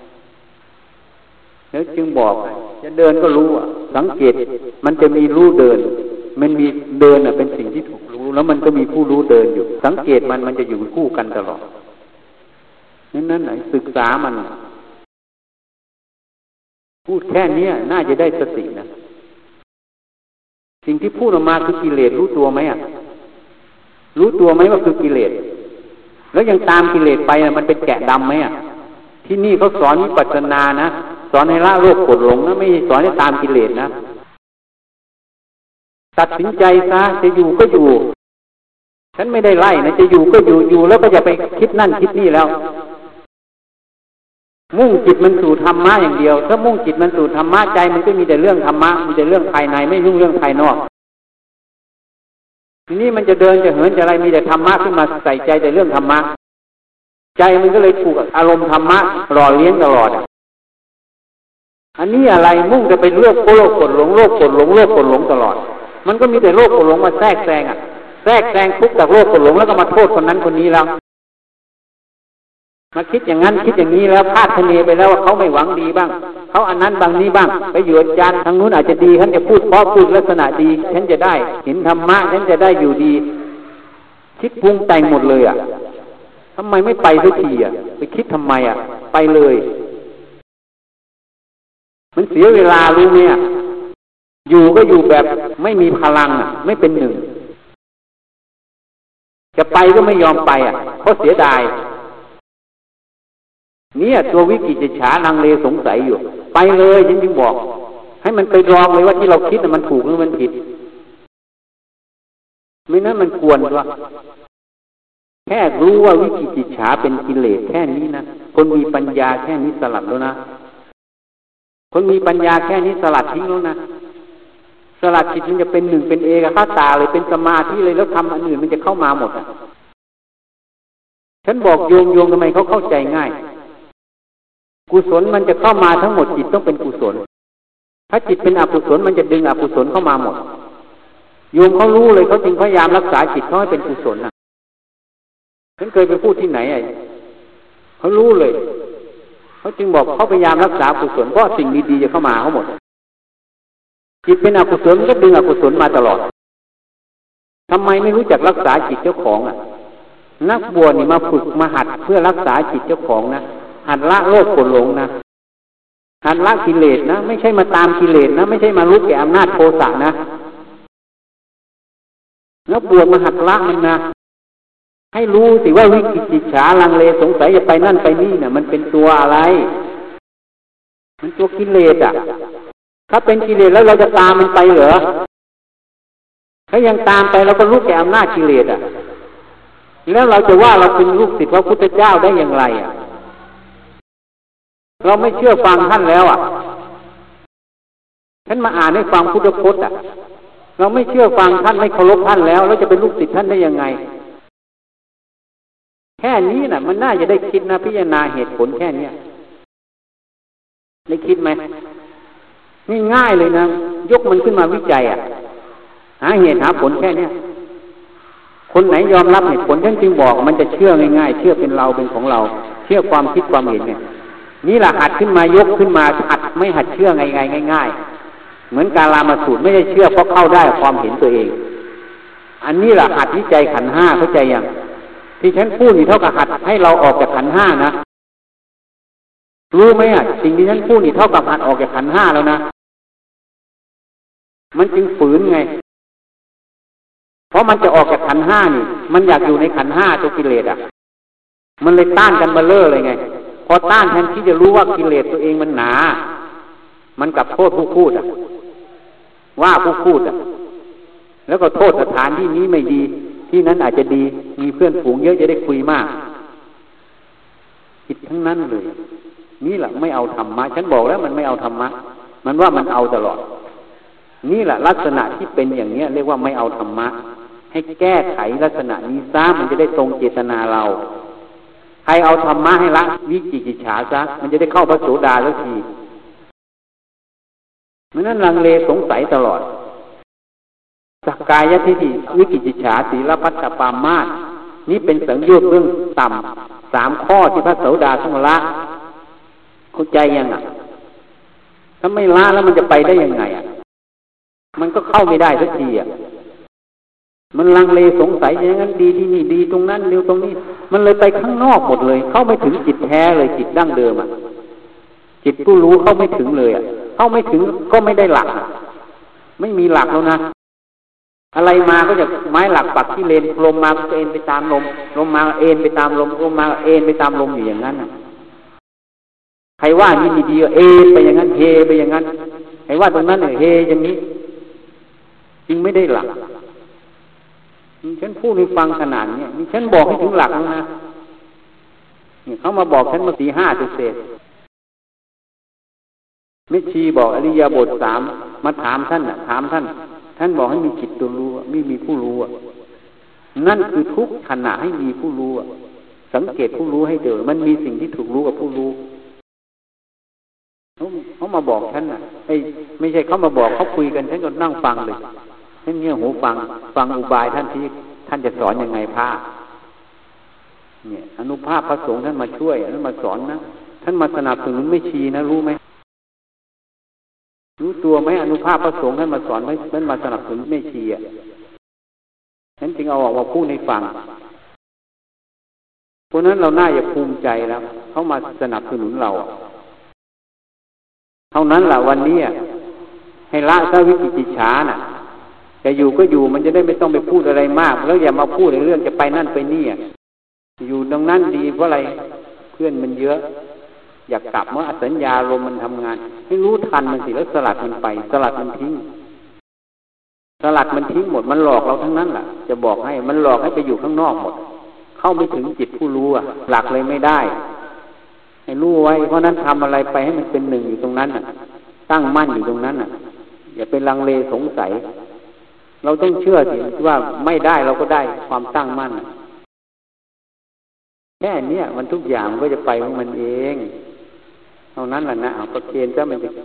แล้วจึงบอกจะเดินก็รู้อ่ะสังเกตมันจะมีรู้เดินมันมีเดินอ่ะเป็นสิ่งที่ถูกรู้แล้วมันก็มีผู้รู้เดินอยู่สังเกตมันมันจะอยู่คู่กันตลอดนั้นนั้นไหนศึกษามันพูดแค่นี้น่าจะได้สตินะสิ่งที่พูดออกมาคือกิเลสรู้ตัวไหมอ่ะรู้ตัวไหมว่าคือกิเลสแล้วยังตามกิเลสไปอ่ะมันเป็นแกะดำไหมอ่ะที่นี่เขาสอนวิปัสสนานะสอนให้ละโลภโกรธหลงนะไม่สอนให้ตามกิเลสนะตัดสินใจซะจะอยู่ก็อยู่ฉันไม่ได้ไล่นะจะอยู่ก็อยู่อยู่แล้วก็อย่าไปคิดนั่นคิดนี่แล้วมุ่งจิตมันสู่ธรรมะอย่างเดียวถ้ามุ่งจิตมันสู่ธรรมะใจมันก็มีแต่เรื่องธรรมะมีแต่เรื่องภายในไม่ยุ่งเรื่องภายนอกทีนี้มันจะเดินจะเหินจะอะไรมีแต่ธรรมะขึ้นมาใส่ใจแต่เรื่องธรรมะใจมันก็เลยถูกอารมณ์ธรรมะหล่อเลี้ยงตลอดอันนี้อะไรมุ่งจะไปเลือกโลภโกรธหลงโลภโกรธหลงโลภโกรธหลงตลอดมันก็มีแต่โลภโกรธหลงมาแทรกแซงอ่ะแทรกแซงทุกข์จากโลภโกรธหลงแล้วก็มาโทษคนนั้นคนนี้แล้วมาคิดอย่างนั้นคิดอย่างนี้แล้วคาดคะเนไปแล้วว่าเขาไม่หวังดีบ้างเขาอันนั้นบางนี้บ้างไปอยู่อาจารย์ทางนู้นอาจจะดีฉันจะพูดเพราะพูดลักษณะดีฉันจะได้เห็นธรรมะฉันจะได้อยู่ดีคิดปรุงแต่งหมดเลยอ่ะทำไมไม่ไปสักทีอ่ะไปคิดทำไมอ่ะไปเลยมันเสียเวลารู้ไหมอ่ะอยู่ก็อยู่แบบไม่มีพลังอ่ะไม่เป็นหนึ่งจะไปก็ไม่ยอมไปอ่ะเพราะเสียดายเนี่ยตัววิกิจฉาลังเลสงสัยอยู่ไปเลยฉันจึงบอกให้มันไปลองเลยว่าที่เราคิดมันถูกหรือมันผิดไม่นั้นมันกวนตัวแค่รู้ว่าวิกิจฉาเป็นกิเลสแค่นี้นะคนมีปัญญาแค่นี้สลัดแล้วนะคนมีปัญญาแค่นี้สลัดทิ้งแล้วนะสลัดจิตมันจะเป็นหนึ่งเป็นเอกคตาเลยเป็นสมาธิเลยแล้วทำอันอื่นมันจะเข้ามาหมดอ่ะฉันบอกโยมโยมทำไมเขาเข้าใจง่ายกุศลมันจะเข้ามาทั้งหมดจิตต้องเป็นกุศลถ้าจิตเป็นอกุศลมันจะดึงอกุศลเข้ามาหมดโยมเขารู้เลยเขาจึงพยายามรักษาจิตเขาให้เป็นกุศลนะฉันเคยไปพูดที่ไหนไอ้เขารู้เลยเขาจึงบอกเขาพยายามรักษากุศลเพราะสิ่งดีๆจะเข้ามาเขาหมดจิตเป็นอกุศลมันก็ดึงอกุศลมาตลอดทำไมไม่รู้จักรักษาจิตเจ้าของอ่ะนักบวชนี่มาฝึกมาหัดเพื่อรักษาจิตเจ้าของนะหัดละโลภโกรธหลงนะหัดละกิเลสนะไม่ใช่มาตามกิเลสนะไม่ใช่มาลุกแก่อำนาจโทสะนะนักบวชมาหัดละมันนะให้รู้สิว่าวิกิจฉาลังเลสงสัยจะไปนั่นไปนี่เนี่ยมันเป็นตัวอะไรมันตัวกิเลสอ่ะถ้าเป็นกิเลสแล้วเราจะตามมันไปเหรอถ้ายังตามไปเราก็ลุกแก่อำนาจกิเลสอ่ะแล้วเราจะว่าเราเป็นลูกศิษย์พระพุทธเจ้าได้อย่างไรอ่ะเราไม่เชื่อฟังท่านแล้วอ่ะท่านมาอ่านให้ฟังพุทธพจน์อ่ะเราไม่เชื่อฟังท่านไม่เคารพท่านแล้วเราจะเป็นลูกศิษย์ท่านได้ยังไงแค่นี้น่ะมันน่าจะได้คิดนะพิจารณาเหตุผลแค่นี้ได้คิดไหมง่ายๆเลยนะยกมันขึ้นมาวิจัยอ่ะหาเหตุหาผลแค่นี้คนไหนยอมรับเหตุผลท่านจึงบอกมันจะเชื่อง่ายๆเชื่อเป็นเราเป็นของเราเชื่อความคิดความเห็นเนี่ยนี่แหละหัดขึ้นมายกขึ้นมาหัดไม่หัดเชื่อง่ายๆง่ายๆเหมือนกาลามาสูตรไม่ได้เชื่อเพราะเข้าได้ความเห็นตัวเองอันนี้แหละหัดวิจัยขันธ์ห้าเข้าใจยังที่ฉันพูดนี่เท่ากับหัดให้เราออกจากขันธ์ห้านะรู้ไหมอ่ะสิ่งที่ฉันพูดนี่เท่ากับหัดออกจากขันธ์ห้าแล้วนะมันจึงฝืนไงเพราะมันจะออกจากขันธ์ห้านี่มันอยากอยู่ในขันธ์ห้าตัวกิเลสอ่ะมันเลยต้านกันเบลอเลยไงพอต้านแทนที่จะรู้ว่ากิเลสตัวเองมันหนามันกลับโทษผู้พูดอ่ะว่าผู้พูดอ่ะแล้วก็โทษสถานที่นี้ไม่ดีที่นั้นอาจจะดีมีเพื่อนฝูงเยอะจะได้คุยมากผิดทั้งนั้นเลยนี่แหละไม่เอาธรรมะฉันบอกแล้วมันไม่เอาธรรมะมันว่ามันเอาตลอดนี่แหละลักษณะที่เป็นอย่างนี้เรียกว่าไม่เอาธรรมะให้แก้ไขลักษณะนี้ซะมันจะได้ตรงเจตนาเราใครเอาธรรมะให้ละวิจิกิจฉาซะมันจะได้เข้าพระโสดาแล้วทีเพราะนั้นลังเลสงสัยตลอดสักกายทิฏฐิวิจิกิจฉาศีลพัตตปามาสนี่เป็นสังโยชน์เรื่องต่ำสามข้อที่พระโสดาต้องละเข้าใจยังอ่ะถ้าไม่ละแล้วมันจะไปได้ยังไงอ่ะมันก็เข้าไม่ได้สักทีอ่ะมันลังเลสงสัยอย่างนั้นดีที่นี่ดีตรงนั้นเร็วตรงนี้มันเลยไปข้างนอกหมดเลยเข้าไม่ถึงจิตแท้เลยจิตดั้งเดิมอ่ะจิตผู้รู้เข้าไม่ถึงเลยอ่ะเข้าไม่ถึงก็ไม่ได้หลักไม่มีหลักแล้วนะอะไรมาก็จะไม้หลักปักที่เลนลมมาก็เอ็นไปตามลมลมมาเอ็นไปตามลมลมมาเอ็นไปตามลมอยู่อย่างนั้นน่ะใครว่านี่ดีๆเอ็นไปอย่างนั้นเฮไปอย่างนั้นใครว่าตรงนั้นเนี่ยเฮอย่างนี้จริงไม่ได้หลักฉันพูดให้ฟังขนาดนี้นี่ฉันบอกให้ถึงหลักแล้วนะนี่เขามาบอกฉันมาสี่ห้าเศษไม่ชีบอกอริยบทสามมาถามท่านน่ะถามท่านท่านบอกให้มีจิตตัวรู้ไม่มีผู้รู้นั่นคือทุกขณะให้มีผู้รู้สังเกตผู้รู้ให้เจอมันมีสิ่งที่ถูกรู้กับผู้รู้เขาเขามาบอกฉันน่ะไอ้ไม่ใช่เขามาบอกเขาคุยกันฉันก็นั่งฟังเลยฉันเงี่ยหูฟังฟังอุบายท่านที่ท่านจะสอนยังไงพระเนี่ยอนุภาพพระสงฆ์ท่านมาช่วยท่านมาสอนนะท่านมาสนับสนุนไม่ชีนะรู้ไหมรู้ตัวไหมอนุภาพพระสงฆ์ท่านมาสอนไหมท่านมาสนับสนุนไม่ชีอ่ะฉันจึงเอาออกมาพูดให้ฟังเพราะนั้นเราน่าจะภูมิใจแล้วเขามาสนับสนุนเราเท่านั้นแหละวันนี้ให้ละซะวิจิกิจฉาน่ะจะอยู่ก็อยู่มันจะได้ไม่ต้องไปพูดอะไรมากแล้วอย่ามาพูดในเรื่องจะไปนั่นไปนี่อยู่ตรงนั้นดีเพราะอะไรเพื่อนมันเยอะอยากกลับเมื่อสัญญาลมมันทำงานให้รู้ทันมันสิแล้วสลัดมันไปสลัดมันทิ้งสลัดมันทิ้งหมดมันหลอกเราทั้งนั้นแหละจะบอกให้มันหลอกให้ไปอยู่ข้างนอกหมดเข้าไม่ถึงจิตผู้รู้อ่ะหลักเลยไม่ได้ให้รู้ไว้เพราะนั้นทำอะไรไปให้มันเป็นหนึ่งอยู่ตรงนั้นน่ะตั้งมั่นอยู่ตรงนั้นน่ะอย่าไปลังเลสงสัยเราต้องเชื่อสิว่าไม่ได้เราก็ได้ความตั้งมั่นแค่นี้มันทุกอย่างมันก็จะไปของมันเองเท่านั้นแหละนะเอาประเคนซะมันจะ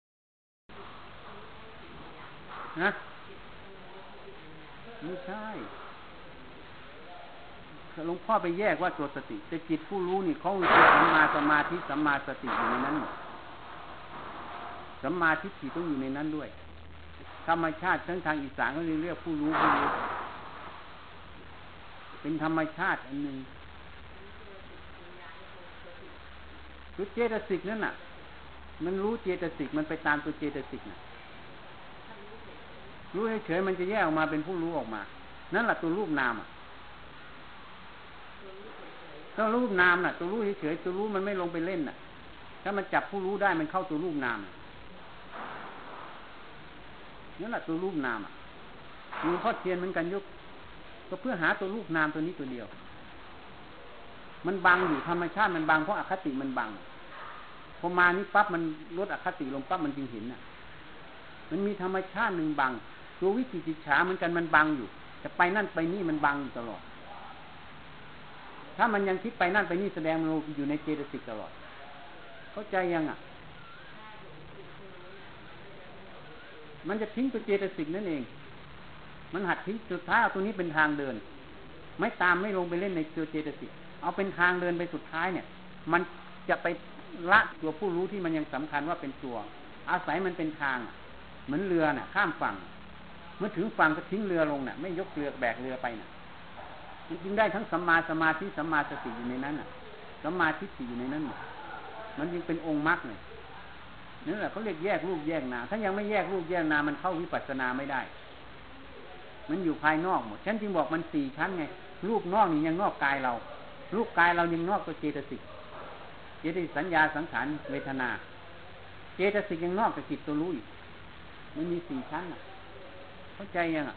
นะไม่ใช่หลวงพ่อไปแยกว่าตัวสติแต่จิตผู้รู้นี่เขาเรียกสัมมาสมาธิสัมมาสติอยู่ในนั้นสัมมาทิฏฐิต้องอยู่ในนั้นด้วยธรรมชาติทั้งทางอีสานก็เรียกผู้รู้ผู้รู้เป็นธรรมชาติอันหนึ่งรู้เจตสิกนั่นน่ะมันรู้เจตสิกมันไปตามตัวเจตสิกน่ะรู้เฉยๆมันจะแยกออกมาเป็นผู้รู้ออกมานั่นแหละตัวรูปนามอ่ะตัวรูปนามน่ะตัวรู้เฉยๆตัวรู้มันไม่ลงไปเล่นน่ะถ้ามันจับผู้รู้ได้มันเข้าตัวรูปนามนั่นแหละตัวรูปนามอ่ะหลวงพ่อเทียนเหมือนกันยกก็เพื่อหาตัวรูปนามตัวนี้ตัวเดียวมันบังอยู่ธรรมชาติมันบังเพราะอคติมันบังพอมานี่ปั๊บมันลดอคติลงปั๊บมันจึงเห็นน่ะมันมีธรรมชาติหนึ่งบังตัววิจิกิจฉาเหมือนกันมันบังอยู่แต่ไปนั่นไปนี่มันบังอยู่ตลอดถ้ามันยังคิดไปนั่นไปนี่แสดงมันอยู่ในเจตสิกตลอดเข้าใจยังอ่ะมันจะทิ้งตัวเจตสิกนั่นเองมันหัดทิ้งสุดท้ายเอาตัวนี้เป็นทางเดินไม่ตามไม่ลงไปเล่นในตัวเจตสิกเอาเป็นทางเดินไปสุดท้ายเนี่ยมันจะไปละตัวผู้รู้ที่มันยังสำคัญว่าเป็นตัวอาศัยมันเป็นทางเหมือนเรือน่ะข้ามฝั่งเมื่อถึงฝั่งก็ทิ้งเรือลงน่ะไม่ยกเรือแบกเรือไปน่ะจริงๆได้ทั้งสัมมาสมาธิสัมมาสติอยู่ในนั้นน่ะสัมมาทิฏฐิอยู่ในนั้นมันยังเป็นองค์มรรคเลยนั่นแหละเขาเรียกแยกรูปแยกนามถ้ายังไม่แยกรูปแยกนามมันเข้าวิปัสสนาไม่ได้มันอยู่ภายนอกหมดฉันจึงบอกมันสี่ชั้นไงรูปนอกนี่ยังนอกกายเรารูปกายเรายังนอกตัวเจตสิกเจตสิกสัญญาสังขารเวทนาเจตสิกยังนอกจากจิตตัวรู้อีกมันมีสี่ชั้นอ่ะเข้าใจยังอ่ะ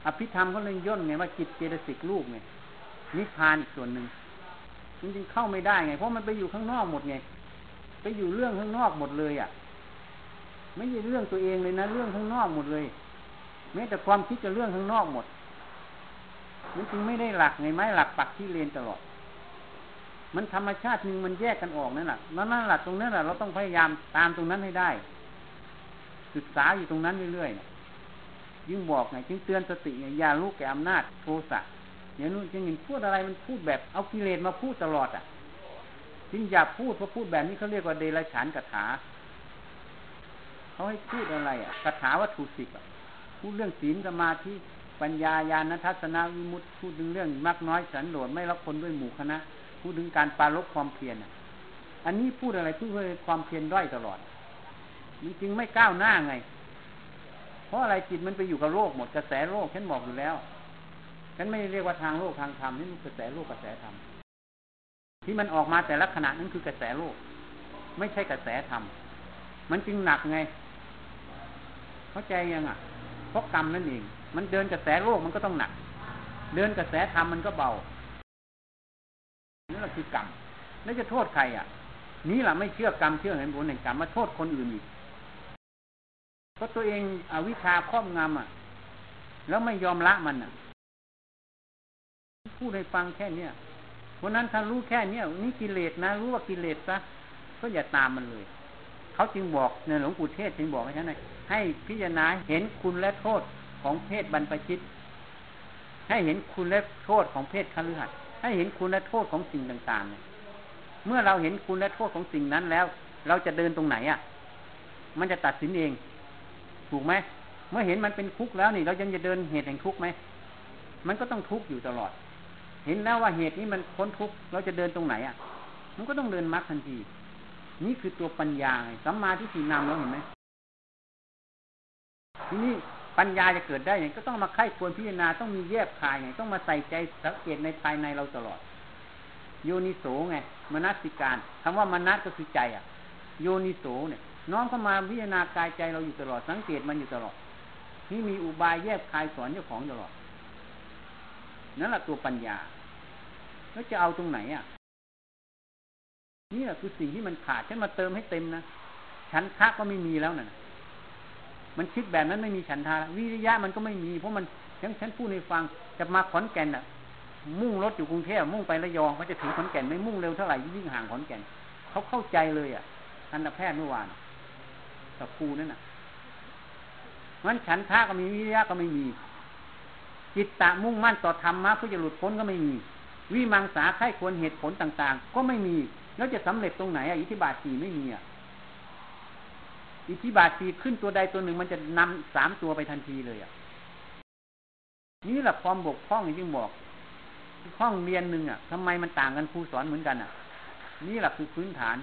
อภิธรรมเขาเลยย่นไงว่าจิตเจตสิกรูปไงนิพพานอีกส่วนหนึ่งจริงๆเข้าไม่ได้ไงเพราะมันไปอยู่ข้างนอกหมดไงไปอยู่เรื่องข้างนอกหมดเลยอ่ะไม่ใช่เรื่องตัวเองเลยนะเรื่องข้างนอกหมดเลยแม้แต่ความคิดจะเรื่องข้างนอกหมดมันจึงไม่ได้หลักไงไม้หลักปักที่เลนตลอดมันธรรมชาตินึงมันแยกกันออกนั่นแหละนั่นแหละตรงนั้นแหละเราต้องพยายามตามตรงนั้นให้ได้ศึกษาอยู่ตรงนั้นเรื่อยๆยิ่งบอกไงจึงเตือนสติไงอย่ารู้แก่อำนาจโทสะอย่างนู้นจึงเห็นพูดอะไรมันพูดแบบเอากิเลสมาพูดตลอดอ่ะจึงอย่าพูดเพราะพูดแบบนี้เขาเรียกว่าเดรัจฉานคาถาเขาให้พูดอะไรอ่ะคาถาวัตถุสิบอ่ะพูดเรื่องศีลสมาธิปัญญาญาณทัศนวิมุตติพูดถึงเรื่องมากน้อยสันโดษไม่รับคนด้วยหมู่คณะพูดถึงการปรารภความเพียรอ่ะอันนี้พูดอะไรพูดเพื่อความเพียรด้อยตลอดมันจึงไม่ก้าวหน้าไงเพราะอะไรจิตมันไปอยู่กับโลกหมดกระแสโลกฉันบอกอยู่แล้วฉันไม่เรียกว่าทางโลกทางธรรมนี่มันกระแสโลกกระแสธรรมที่มันออกมาแต่ละขณะนั้นคือกระแสโลกไม่ใช่กระแสธรรมมันจึงหนักไงเข้าใจยังอ่ะเพราะกรรมนั่นเองมันเดินกระแสโลกมันก็ต้องหนักเดินกระแสธรรมมันก็เบานี่แหละคือกรรมแล้วจะโทษใครอ่ะนี่แหละไม่เชื่อกรรมเชื่อเห็นผลแห่งกรรมมาโทษคนอื่นอีกก็ตัวเองอวิชชาครอบงำอ่ะแล้วไม่ยอมละมันอ่ะพูดให้ฟังแค่เนี้ยเพราะนั้นถ้ารู้แค่เนี้ยนี่กิเลสนะรู้ว่ากิเลสซะก็อย่าตามมันเลยเขาจึงบอกในหลวงปู่เทศจึงบอกให้ท่านให้พิจารณาเห็นคุณและโทษของเพศบรรพชิตให้เห็นคุณและโทษของเพศคฤหัสถ์ให้เห็นคุณและโทษของสิ่งต่างๆเนี่ยเมื่อเราเห็นคุณและโทษของสิ่งนั้นแล้วเราจะเดินตรงไหนอ่ะมันจะตัดสินเองถูกไหมเมื่อเห็นมันเป็นทุกข์แล้วนี่เรายังจะเดินเหตุแห่งทุกข์ไหมมันก็ต้องทุกข์อยู่ตลอดเห็นแล้วว่าเหตุนี้มันพ้นทุกข์เราจะเดินตรงไหนอ่ะมันก็ต้องเดินมรรคทันทีนี่คือตัวปัญญาสัมมาทิฏฐินำแล้วเห็นไหมทีนี้ปัญญาจะเกิดได้เนี่ยก็ต้องมาไข้ควรพิจารณาต้องมีแยบคายไงต้องมาใส่ใจสังเกตในภายในเราตลอดโยนิโสไงมนสิการคำว่ามนัสก็คือใจอ่ะโยนิโสเนี่ยน้องเข้ามาพิจารณากายใจเราอยู่ตลอดสังเกตมันอยู่ตลอดนี่มีอุบายแยบคายสอนเจ้าของตลอดนั่นแหละตัวปัญญาแล้วจะเอาตรงไหนอ่ะนี่แหละคือสิ่งที่มันขาดฉันมาเติมให้เต็มนะฉันทะก็ไม่มีแล้วน่ะมันคิดแบบนั้นไม่มีฉันทะวิริยะมันก็ไม่มีเพราะมันฉันฉันพูดให้ฟังจะมาขอนแก่นอ่ะมุ่งรถอยู่กรุงเทพมุ่งไประยองเขาจะถึงขอนแก่นไม่มุ่งเร็วเท่าไหร่ยิ่งห่างขอนแก่นเขาเข้าใจเลยอ่ะทันตแพทย์เมื่อวานกับครูนั่นน่ะงั้นฉันทะก็มีวิริยะก็ไม่มีจิตตะมุ่งมั่นต่อธรรมะเพื่อจะหลุดพ้นก็ไม่มีวิมังสาไข้ควรเหตุผลต่างๆก็ไม่มีแล้วจะสำเร็จตรงไหนอ่ะอิทธิบาทสี่ไม่มีอ่ะอิทธิบาทสี่ขึ้นตัวใดตัวหนึ่งมันจะนำสามตัวไปทันทีเลยอ่ะนี่แหละความบกพร่องยิ่งบอกห้องเรียนหนึ่งอ่ะทำไมมันต่างกันครูสอนเหมือนกันอ่ะนี่แหละคือพื้นฐาน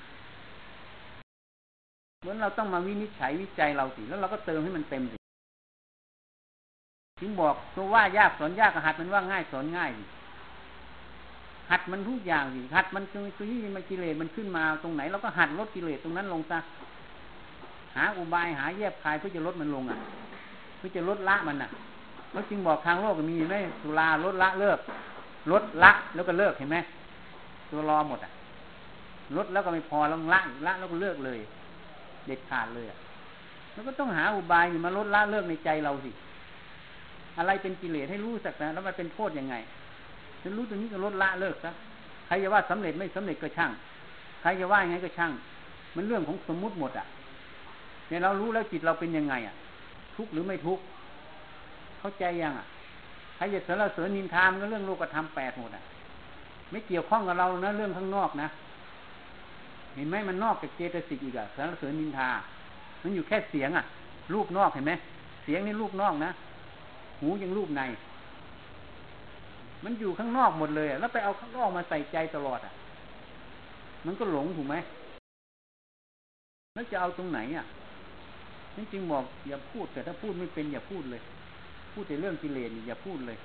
เหมือนเราต้องมาวินิจฉัยวิจัยเราสิแล้วเราก็เติมให้มันเต็มสิถึงบอกตัวว่ายากสอนยากหัดมันว่าง่ายสอนง่ายสิหัดมันทุกอย่างสิหัดมันคือตัวนี้มันกิเลสมันขึ้นมาตรงไหนเราก็หัดลดกิเลสตรงนั้นลงซะหาอุบายหาแยบคายเพื่อจะลดมันลงอ่ะเพื่อจะลดละมันอ่ะแล้วจึงบอกทางโลกมีไหมสุราลดละเลิกลดละแล้วก็เลิกเห็นไหมตัวรอหมดอ่ะลดแล้วก็ไม่พอแล้วละละแล้วก็เลิกเลยเด็ดขาดเลยอ่ะแล้วก็ต้องหาอุบายมาลดละเลิกในใจเราสิอะไรเป็นกิเลสให้รู้สักนะแล้วมันเป็นโทษยังไงฉันรู้ตรงนี้ก็ลดละเลิกซะใครจะว่าสำเร็จไม่สำเร็จก็ช่างใครจะว่ายังไงก็ช่างมันเรื่องของสมมุติหมดอ่ะเนี่ยเรารู้แล้วจิตเราเป็นยังไงอ่ะทุกข์หรือไม่ทุกข์เข้าใจยังอ่ะใครจะสรรเสริญนินทามันก็เรื่องโลกธรรมแปดหมดอ่ะไม่เกี่ยวข้องกับเรานะเรื่องข้างนอกนะเห็นไหมมันนอกจากเจตสิกอีกอ่ะสรรเสริญนินทามันอยู่แค่เสียงอ่ะรูปนอกเห็นไหมเสียงนี่รูปนอกนะหูยังรูปในมันอยู่ข้างนอกหมดเลยแล้วไปเอาข้างนอกมาใส่ใจตลอดอ่ะมันก็หลงถูกไหมแล้วจะเอาตรงไหนอ่ะจริงๆบอกอย่าพูดแต่ถ้าพูดไม่เป็นอย่าพูดเลยพูดแต่เรื่องกิเลสอย่าพูดเลย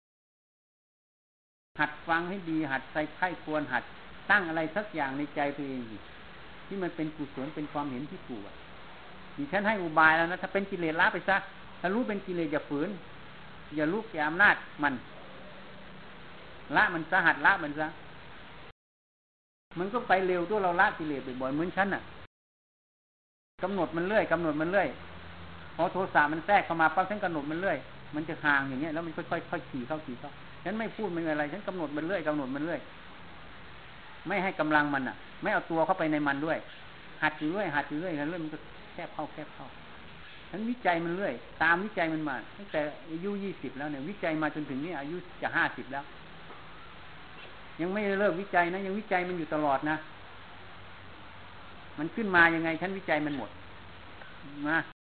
หัดฟังให้ดีหัดใส่ไข้ควรหัดตั้งอะไรสักอย่างในใจตัวเองที่มันเป็นกุศลเป็นความเห็นที่ถูกอ่ะดิฉันให้อุบายแล้วนะถ้าเป็นกิเลสละไปซะถ้ารู้เป็นกิเลสอย่าฝืนอย่าลุกแก่อำนาจมันละมันสหัสละมันซะมันก็ไปเร็วตัวเราละกิเลสบ่อยๆเหมือนฉันน่ะกำหนดมันเรื่อยกำหนดมันเรื่อยพอโทสะมันแทรกเข้ามาปั๊บฉันกำหนดมันเรื่อยมันจะห่างอย่างเงี้ยแล้วมันค่อยๆค่อยขี่เข้าขี่เข้าฉันไม่พูดไม่อะไรฉันกำหนดมันเรื่อยกำหนดมันเรื่อยไม่ให้กำลังมันอ่ะไม่เอาตัวเข้าไปในมันด้วยหัดอยู่เรื่อยหัดอยู่เรื่อยเรื่อยมันก็แคบเข้าแคบเข้าฉันวิจัยมันเรื่อยตามวิจัยมันมาตั้งแต่อายุยี่สิบแล้วเนี่ยวิจัยมาจนถึงนี่อายุจะห้าสิบแล้วยังไม่เลิกวิจัยนะยังวิจัยมันอยู่ตลอดนะมันขึ้นมายังไงฉันวิจัยมันหมดนะ